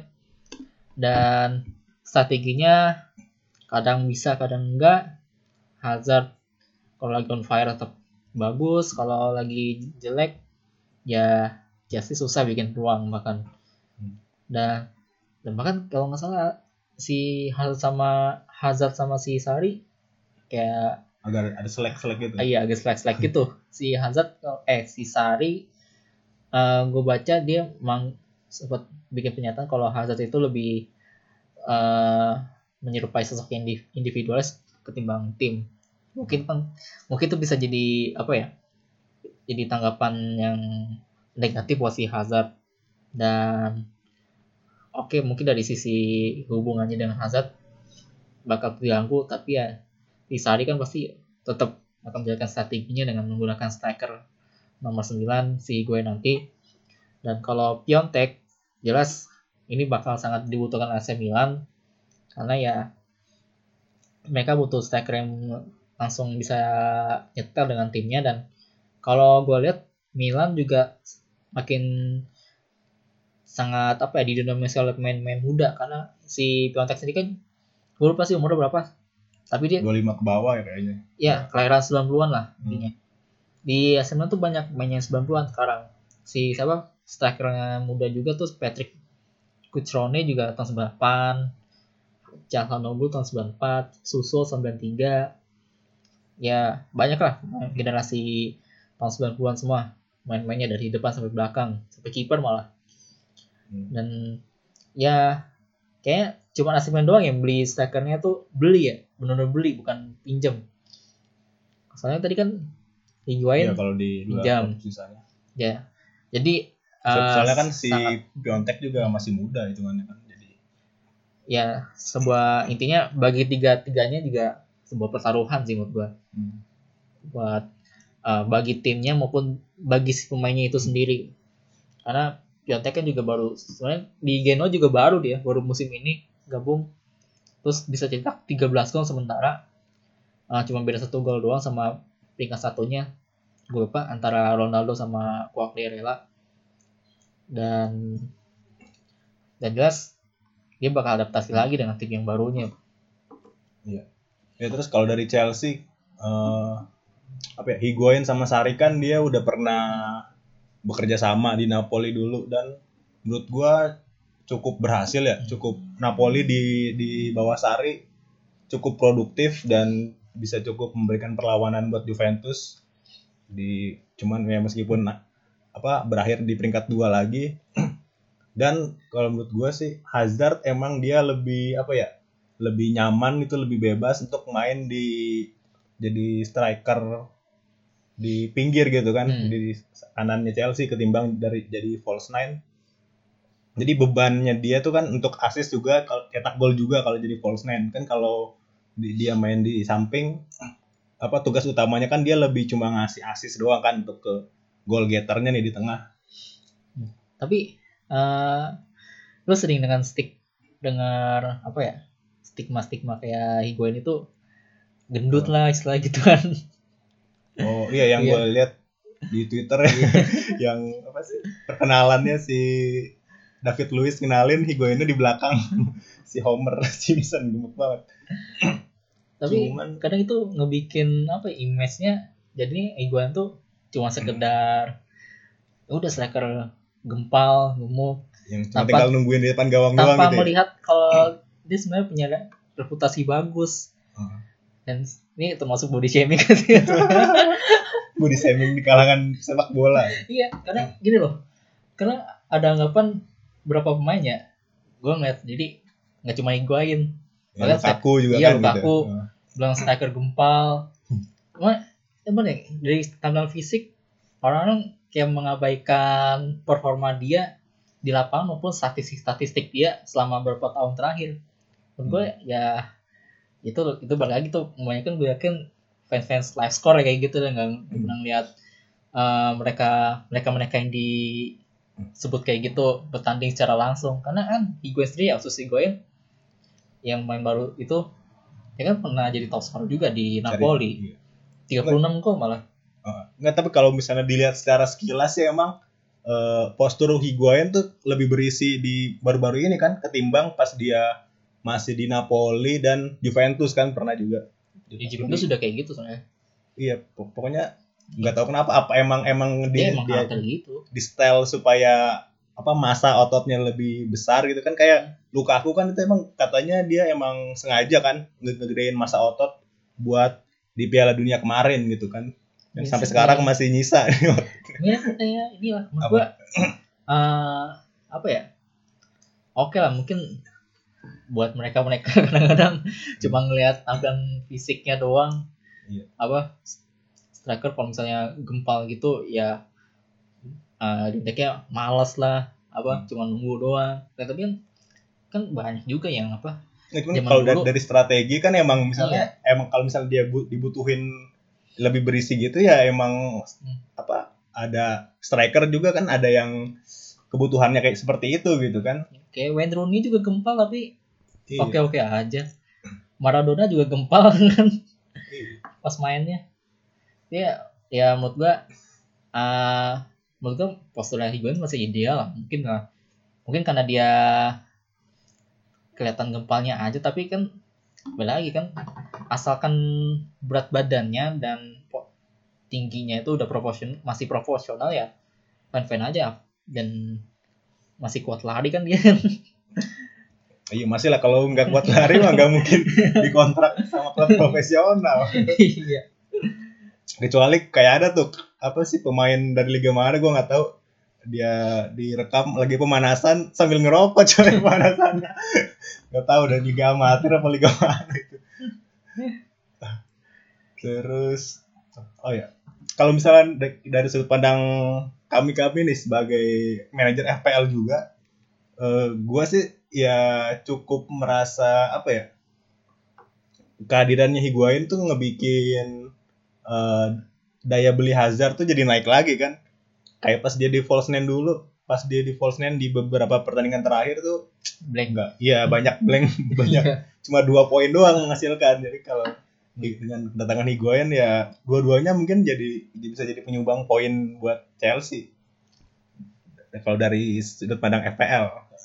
dan strateginya kadang bisa kadang enggak. Hazard kalau lagi on fire tetap bagus, kalau lagi jelek ya Chelsea susah bikin peluang bahkan. Dan dan bahkan kalau nggak salah si Hazard sama Hazard sama si Sarri kayak agak ada selek-selek gitu. Iya, agak selek-selek gitu. Si Hazard eh si Sarri uh, gue baca dia emang sempat bikin pernyataan kalau Hazard itu lebih uh, menyerupai sosok yang individualis ketimbang tim. Mungkin mungkin itu bisa jadi apa ya? Jadi tanggapan yang negatif buat si Hazard. Dan oke, okay, mungkin dari sisi hubungannya dengan Hazard bakal terganggu, tapi ya di Sarri kan pasti tetap akan menjalankan strateginya dengan menggunakan striker nomor sembilan si Higuain nanti. Dan kalau Piontek jelas ini bakal sangat dibutuhkan A C Milan, karena ya mereka butuh striker yang langsung bisa nyetel dengan timnya. Dan kalau gue lihat Milan juga makin sangat apa ya didominasi oleh pemain-pemain muda, karena si Piontek sendiri kan gue lupa sih umurnya berapa, tapi dia dua puluh lima ke bawah ya kayaknya. Ya, kelahiran sembilan puluhan lah intinya. Hmm. Di A C Milan tuh banyak main yang sembilan puluhan sekarang. Si siapa? Strikernya muda juga tuh Patrick Cutrone juga tahun sembilan puluh delapan. Calhanoglu tahun sembilan puluh empat, Suso sembilan puluh tiga. Ya, banyak lah generasi tahun sembilan puluhan semua. Main-mainnya dari depan sampai belakang, sampai kiper malah. Hmm. Dan ya kayaknya cuma A C Milan doang yang beli strikernya tuh beli ya, benar-benar beli bukan pinjam. Soalnya tadi kan Higuain ya, kalau di pinjam. Ya. Jadi soalnya uh, kan si Piontek juga masih muda hitungannya kan. Jadi ya sebuah intinya bagi tiga-tiganya juga sebuah pertaruhan sih menurut gua. Hmm. Buat uh, bagi timnya maupun bagi si pemainnya itu sendiri. Karena Piontek kan juga baru sebenarnya di Genoa juga baru dia, baru musim ini gabung. Terus bisa cetak tiga belas gol sementara uh, cuma beda satu gol doang sama peringkat satunya. Gue lupa antara Ronaldo sama Quagliarella. Dan dan jelas dia bakal adaptasi lagi dengan tim yang barunya. Iya. Ya terus kalau dari Chelsea uh, apa ya, Higuain sama Sarri kan dia udah pernah bekerja sama di Napoli dulu, dan menurut gua cukup berhasil ya, cukup Napoli di di bawah Sarri cukup produktif dan bisa cukup memberikan perlawanan buat Juventus di cuman ya meskipun apa berakhir di peringkat dua lagi. Dan kalau menurut gua sih Hazard emang dia lebih apa ya, lebih nyaman itu, lebih bebas untuk main di jadi striker di pinggir gitu kan, hmm. di kanannya Chelsea ketimbang dari jadi false nine. Jadi bebannya dia tuh kan untuk assist juga, kalau cetak gol juga kalau jadi false nine kan. Kalau di, dia main di samping, apa tugas utamanya kan dia lebih cuma ngasih assist doang kan untuk ke goal getternya nih di tengah. Hmm. Tapi uh, lu sering dengan stick dengar apa ya, stigma-stigma kayak Higuain itu gendut oh. lah istilah gitu kan. Oh iya, yang gue lihat di Twitter yang apa sih perkenalannya si David Luiz kenalin Higuainnya di belakang si Homer Simpson, gemuk banget. Tapi cuman, kadang itu ngebikin apa image-nya jadi Higuain tuh cuma sekedar hmm. udah striker gempal, gemuk. Yang cuma tinggal nungguin di depan gawang doang gitu. Tanpa melihat ya? Kalau dia sebenarnya punya reputasi bagus. Hmm. Dan ini termasuk body shaming kan sih. Body shaming di kalangan sepak bola. Iya, karena gini loh. Karena ada anggapan berapa pemain ya. Gue ngeliat jadi nggak cuma Higuain. Ya, Lukaku juga iya, kan Lukaku, gitu. Bilang striker gempal. Cuma emang ya dari tampilan fisik orang-orang kayak mengabaikan performa dia di lapangan maupun statistik-statistik dia selama beberapa tahun terakhir. Menurut gue hmm. ya itu itu balik lagi tuh kebanyakan gue yakin fans-fans live score ya kayak gitu dan nggak hmm. pernah lihat uh, mereka mereka mereka yang disebut kayak gitu bertanding secara langsung karena kan Higuain sendiri ya khusus Higuain yang main baru itu ya kan pernah jadi top scorer juga di Napoli. tiga puluh enam kok malah. Uh, enggak, tapi kalau misalnya dilihat secara sekilas ya emang uh, postur Higuain tuh lebih berisi di baru-baru ini kan ketimbang pas dia masih di Napoli dan Juventus kan pernah juga. Di Juventus sudah kayak gitu soalnya. Iya, pokoknya nggak tahu kenapa apa emang emang dia, dia emang dia gitu. Di style supaya apa masa ototnya lebih besar gitu kan kayak Lukaku kan itu emang katanya dia emang sengaja kan ngegedein masa otot buat di Piala Dunia kemarin gitu kan. Dan ya, sampai sekarang ya. Masih nyisa. Ya kayak inilah menurut gua uh, apa ya? Oke lah mungkin buat mereka-mereka kadang-kadang hmm. cuma ngelihat tampilan fisiknya doang. Iya. Apa striker kalau misalnya gempal gitu ya uh, dinteknya malas lah apa hmm. cuma nunggu doang. Nah, tapi kan kan banyak juga yang apa ya, kalau dulu, dari strategi kan emang misalnya iya. emang kalau misalnya dia dibutuhin lebih berisi gitu ya emang hmm. apa ada striker juga kan ada yang kebutuhannya kayak seperti itu gitu kan. Kayak Wayne Rooney juga gempal tapi iya. oke-oke aja. Maradona juga gempal kan iya. pas mainnya. Ya ya menurut gua uh, menurut gua posturnya Higuain masih ideal lah. Mungkin lah. Mungkin karena dia kelihatan gempalnya aja tapi kan balik lagi kan asalkan berat badannya dan tingginya itu udah proporsional masih proporsional ya fan-fan aja dan masih kuat lari kan dia. Iya masih lah kalau nggak kuat lari mah nggak mungkin dikontrak sama klub profesional. Iya. Kecuali kayak ada tuh apa sih pemain dari liga mana gue nggak tahu dia direkam lagi pemanasan sambil ngerokok coy pemanasannya. Nggak tahu dari liga amatir apa liga mana itu. Terus oh ya kalau misalnya dari sudut pandang kami-kami nih sebagai manajer F P L juga, uh, gue sih ya cukup merasa apa ya kehadirannya Higuain tuh ngebikin uh, daya beli Hazard tuh jadi naik lagi kan. Kayak pas dia di Volsnen dulu, pas dia di Volsnen di beberapa pertandingan terakhir tuh blank enggak. Iya, banyak blank, banyak cuma dua poin doang menghasilkan. Jadi kalau dengan kedatangan Higuain ya dua-duanya mungkin jadi bisa jadi penyumbang poin buat Chelsea. Kalau dari sudut pandang F P L.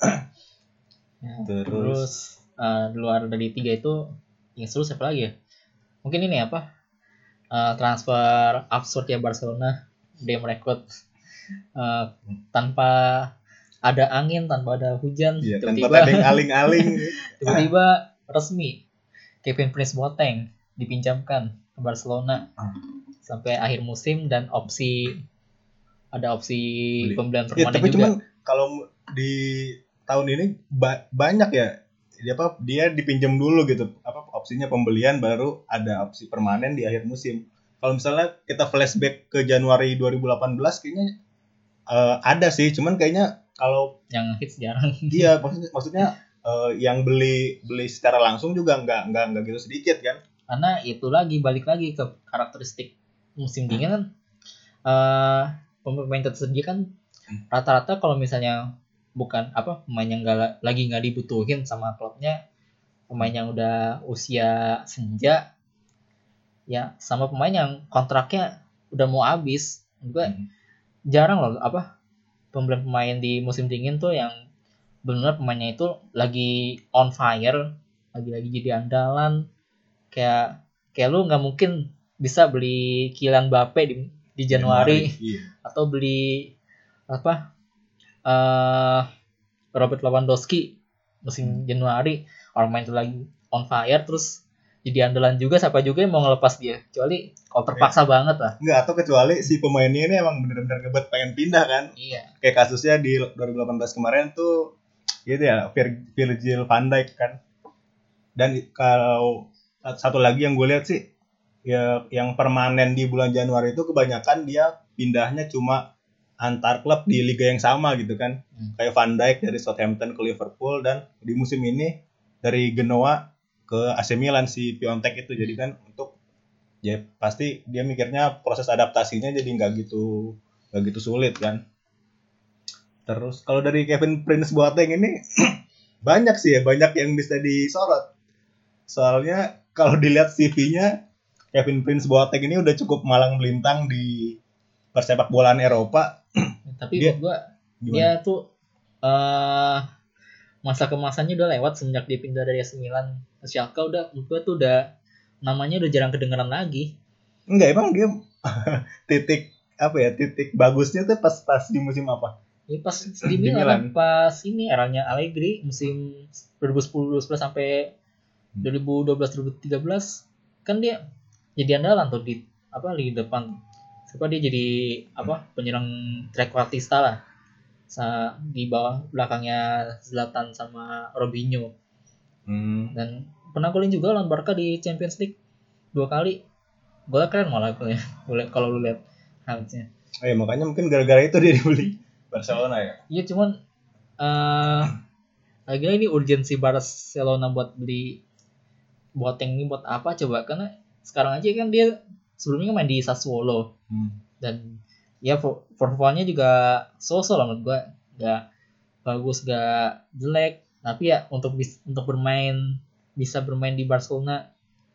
Ya, terus terus uh, di luar dari tiga itu yang seru siapa lagi ya? Mungkin ini apa? Uh, transfer absurd ya Barcelona dia merekrut uh, tanpa ada angin, tanpa ada hujan, ya, tiba-tiba tanpa aling-aling tiba-tiba resmi Kevin Prince Boateng dipinjamkan ke Barcelona sampai akhir musim dan opsi ada opsi beli. Pembelian permanen ya, tapi juga. Cuman kalau di tahun ini ba- banyak ya dia apa dia dipinjam dulu gitu apa opsinya pembelian baru ada opsi permanen di akhir musim. Kalau misalnya kita flashback ke Januari dua ribu delapan belas kayaknya uh, ada sih cuman kayaknya kalau yang hits jarang. Iya maksudnya maksudnya uh, yang beli beli secara langsung juga nggak nggak nggak gitu sedikit kan. Karena itu lagi balik lagi ke karakteristik musim dingin kan uh, pemain tersedia kan rata-rata kalau misalnya bukan apa pemain yang gak, lagi nggak dibutuhin sama klubnya pemain yang udah usia senja ya sama pemain yang kontraknya udah mau habis juga hmm. jarang loh apa pembelian pemain di musim dingin tuh yang benar pemainnya itu lagi on fire lagi-lagi jadi andalan kayak kayak lu nggak mungkin bisa beli Kylian Mbappe di di Januari, Januari iya. Atau beli apa uh, Robert Lewandowski musim Januari orang main itu lagi on fire, terus jadi andalan juga, siapa juga yang mau ngelepas dia, kecuali kalau terpaksa ya. Banget lah. Enggak, atau kecuali si pemainnya ini emang benar-benar ngebet pengen pindah kan. Iya. Kayak kasusnya di dua ribu delapan belas kemarin tuh gitu ya, Vir- Virgil van Dijk kan. Dan kalau satu lagi yang gue lihat sih ya, yang permanen di bulan Januari itu kebanyakan dia pindahnya cuma antar klub di liga yang sama gitu kan. Hmm. Kayak Van Dijk dari Southampton ke Liverpool, dan di musim ini dari Genoa ke A C Milan si Piontek itu. Hmm. Jadi kan untuk ya pasti dia mikirnya proses adaptasinya jadi nggak gitu nggak gitu sulit kan. Terus kalau dari Kevin Prince Boateng ini banyak sih ya, banyak yang bisa disorot. Soalnya kalau dilihat C V-nya Kevin Prince Boateng ini udah cukup malang melintang di persepak bolaan Eropa. Tapi dia, buat gua dia tuh uh, masa kemasannya udah lewat semenjak dia pindah dari A C Milan ke Schalke. Udah menurut gua tuh udah namanya udah jarang kedengeran lagi. Enggak, emang dia titik apa ya, titik bagusnya tuh pas pas di musim apa? Ya pas di Milan, Milan. Pas ini eranya Allegri musim dua ribu sepuluh dua ribu sebelas sampai dua ribu dua belas dua ribu tiga belas kan dia jadi andalan tuh di apa di depan. Siapa dia jadi apa penyerang trequartista lah. Sa di bawah belakangnya Zlatan sama Robinho. Hmm. Dan pernah golin juga lawan Barca di Champions League dua kali. Golnya keren malah golnya. Boleh kalau lu lihat highlights-nya. Oh ya, makanya mungkin gara-gara itu dia dibeli Barcelona ya. Iya, cuman uh, lagi-lagi ini urgensi Barcelona buat beli Boateng ini buat apa coba? Karena sekarang aja kan dia sebelumnya main di Sassuolo. Hmm. Dan ya performanya juga so-so lah menurut gua, nggak bagus nggak jelek, tapi ya untuk bis, untuk bermain bisa bermain di Barcelona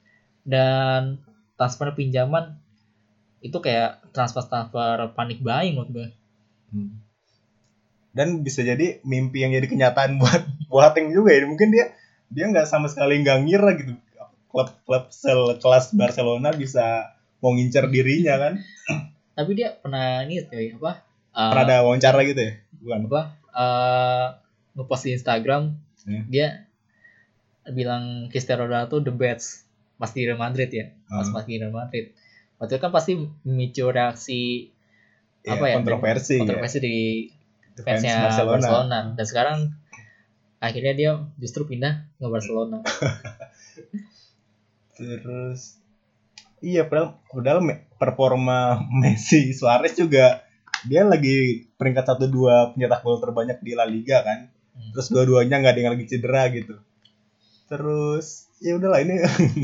dan transfer pinjaman itu kayak transfer-transfer panik buying menurut gua. Hmm. Dan bisa jadi mimpi yang jadi kenyataan buat Boateng juga ya, mungkin dia dia nggak sama sekali nggak ngira gitu klub-klub sekelas Barcelona bisa mau ngincer dirinya kan. Tapi dia pernah ini coy apa? Uh, pernah ada wawancara gitu ya? Bukan apa? Uh, ngepost di Instagram hmm. dia bilang Cristiano Ronaldo tuh the best pas di Real Madrid ya. Pas hmm. pas di Real Madrid. Waktu itu kan pasti memicu reaksi ya, apa ya? Kontroversi. Kontroversi ya. di fansnya Barcelona. Barcelona. Dan sekarang akhirnya dia justru pindah ke Barcelona. Terus iya, padahal, padahal performa Messi Suarez juga dia lagi peringkat satu dua pencetak gol terbanyak di La Liga kan. Hmm. Terus dua-duanya nggak ada yang lagi cedera gitu. Terus ya udahlah ini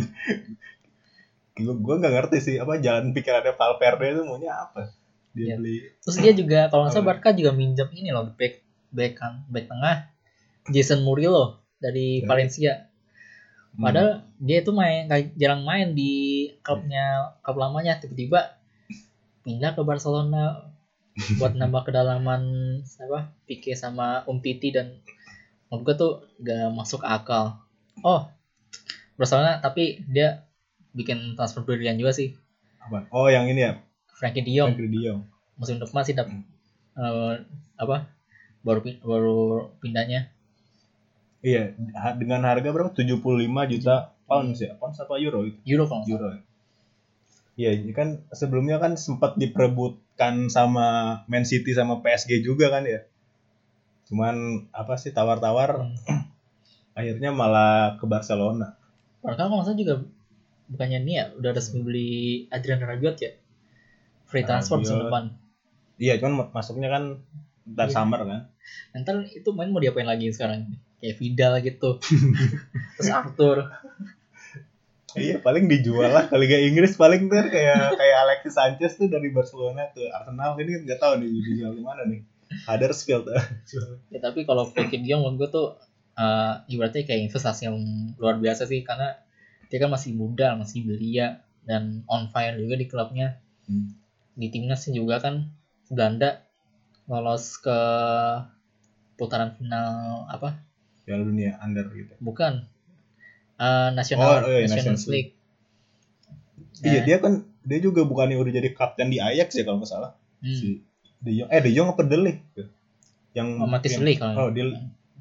gue gue nggak ngerti sih apa jalan pikirannya Valverde itu maunya apa dia ya. Beli. Terus dia juga kalau nggak salah Barca juga minjem ini loh back back kan back tengah Jason Murillo dari ya. Valencia. Padahal hmm. dia itu main jarang main di klubnya klub lamanya, tiba-tiba pindah ke Barcelona buat nambah kedalaman apa Pique sama Umtiti, dan menurut gue tuh gak masuk akal. Oh Barcelona tapi dia bikin transfer brilian juga sih. Apa? Oh yang ini ya Frankie De Jong. Frankie De Jong. Musim depan sih dapat hmm. uh, apa baru baru pindahnya. Iya, dengan harga berapa? tujuh puluh lima juta pounds ya? Pounds apa euro itu? Euro kalau Euro. Iya, ini kan sebelumnya kan sempat diperebutkan sama Man City sama P S G juga kan ya. Cuman apa sih tawar-tawar hmm. akhirnya malah ke Barcelona. Barca kalau masa juga bukannya nih ya udah resmi beli Adrian Rabiot ya? Free transfer musim depan. Iya, cuman masuknya kan ntar iya. Summer kan. Ntar itu main mau diapain lagi sekarang? Kayak Vidal gitu. Terus Arthur. Iya, paling dijual lah ke Liga Inggris paling ntar kayak kayak Alexis Sanchez tuh dari Barcelona ke Arsenal, ini nggak tahu nih dijual di mana nih. Huddersfield. Ya tapi kalau Frankie De Jong menurut gue tuh uh, ibaratnya kayak investasi yang luar biasa sih, karena dia kan masih muda, masih belia dan on fire juga di klubnya. Hmm. Di timnasnya juga kan Belanda lolos ke putaran final apa? Piala Dunia Under gitu. Bukan. Uh, national oh, iya, Nations League. Iya, dia kan dia juga bukannya udah jadi kapten di Ajax ya kalau nggak salah. Hmm. Si De Jong eh De Jong apa De Ligt? Yang oh, Matthijs De Ligt kalau. Oh, De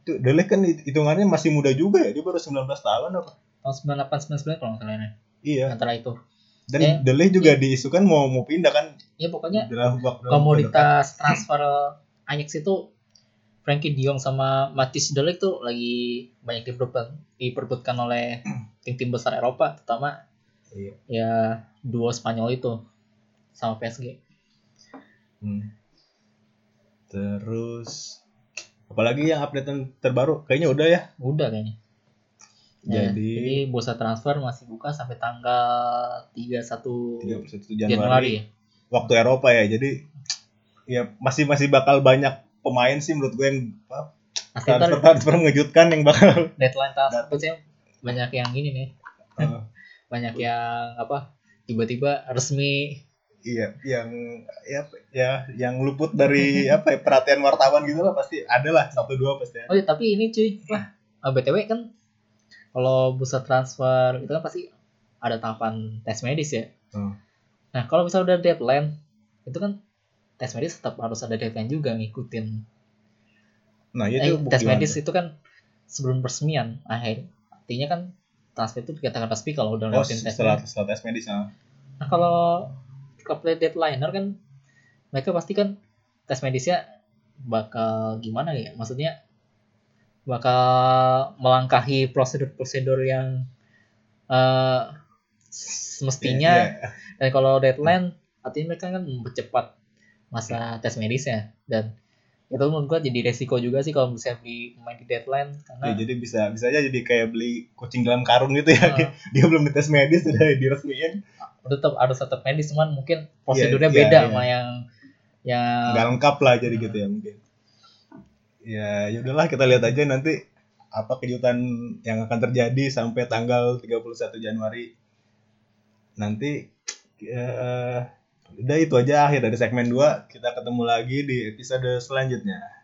Itu De Ligt kan hitungannya masih muda juga ya, dia baru sembilan belas tahun apa? Tahun sembilan puluh delapan sembilan puluh sembilan kalau nggak salah ini. Iya. Antara itu. Dan eh, De Ligt juga eh, diisukan mau mau pindah kan? Ya pokoknya komoditas transfer Ajax itu Frankie De Jong sama Matthijs De Ligt tuh lagi banyak diperbutkan, diperbutkan oleh tim-tim besar Eropa, terutama iya. ya duo Spanyol itu sama P S G. Hmm. Terus apalagi yang update terbaru? Kayaknya udah ya. Udah kayaknya. Jadi, ya, jadi bursa transfer masih buka sampai tanggal tiga puluh satu Januari, Januari ya? Waktu Eropa ya. Jadi ya masih masih bakal banyak pemain sih menurut gue yang transfer transfer mengejutkan yang bakal deadline transfer banyak yang ini nih. Uh. Banyak yang apa? Tiba-tiba resmi. Iya, yang ya ya yang luput dari apa ya perhatian wartawan gitu lah, pasti ada lah satu dua pasti ada. Oh iya, tapi ini cuy, wah, B T W kan kalau bursa transfer itu kan pasti ada tahapan tes medis ya. Hmm. Nah, kalau misalnya udah deadline, itu kan tes medis tetap harus ada deadline juga ngikutin. Nah, itu eh, tes medis itu kan sebelum peresmian akhir. Artinya kan transfer itu dikatakan resmi kalau udah lewatin oh, tes setelah, setelah tes medis. Nah, nah kalau couple deadliner kan mereka pasti kan tes medisnya bakal gimana ya, maksudnya bakal melangkahi prosedur-prosedur yang uh, semestinya yeah, yeah. Dan kalau deadline artinya mereka kan mempercepat masa tes medisnya, dan itu menurut gua jadi resiko juga sih kalau misalnya beli main di deadline, karena ya, jadi bisa bisa aja jadi kayak beli kucing dalam karung gitu ya. Uh, dia belum dites medis sudah diresmiin. Tetap harus tetap medis, cuman mungkin prosedurnya yeah, beda yeah, sama yeah. yang yang nggak lengkap lah jadi hmm. gitu ya mungkin. Ya, ya udahlah kita lihat aja nanti apa kejutan yang akan terjadi sampai tanggal tiga puluh satu Januari. Nanti ya, udah itu aja akhir dari segmen dua. Kita ketemu lagi di episode selanjutnya.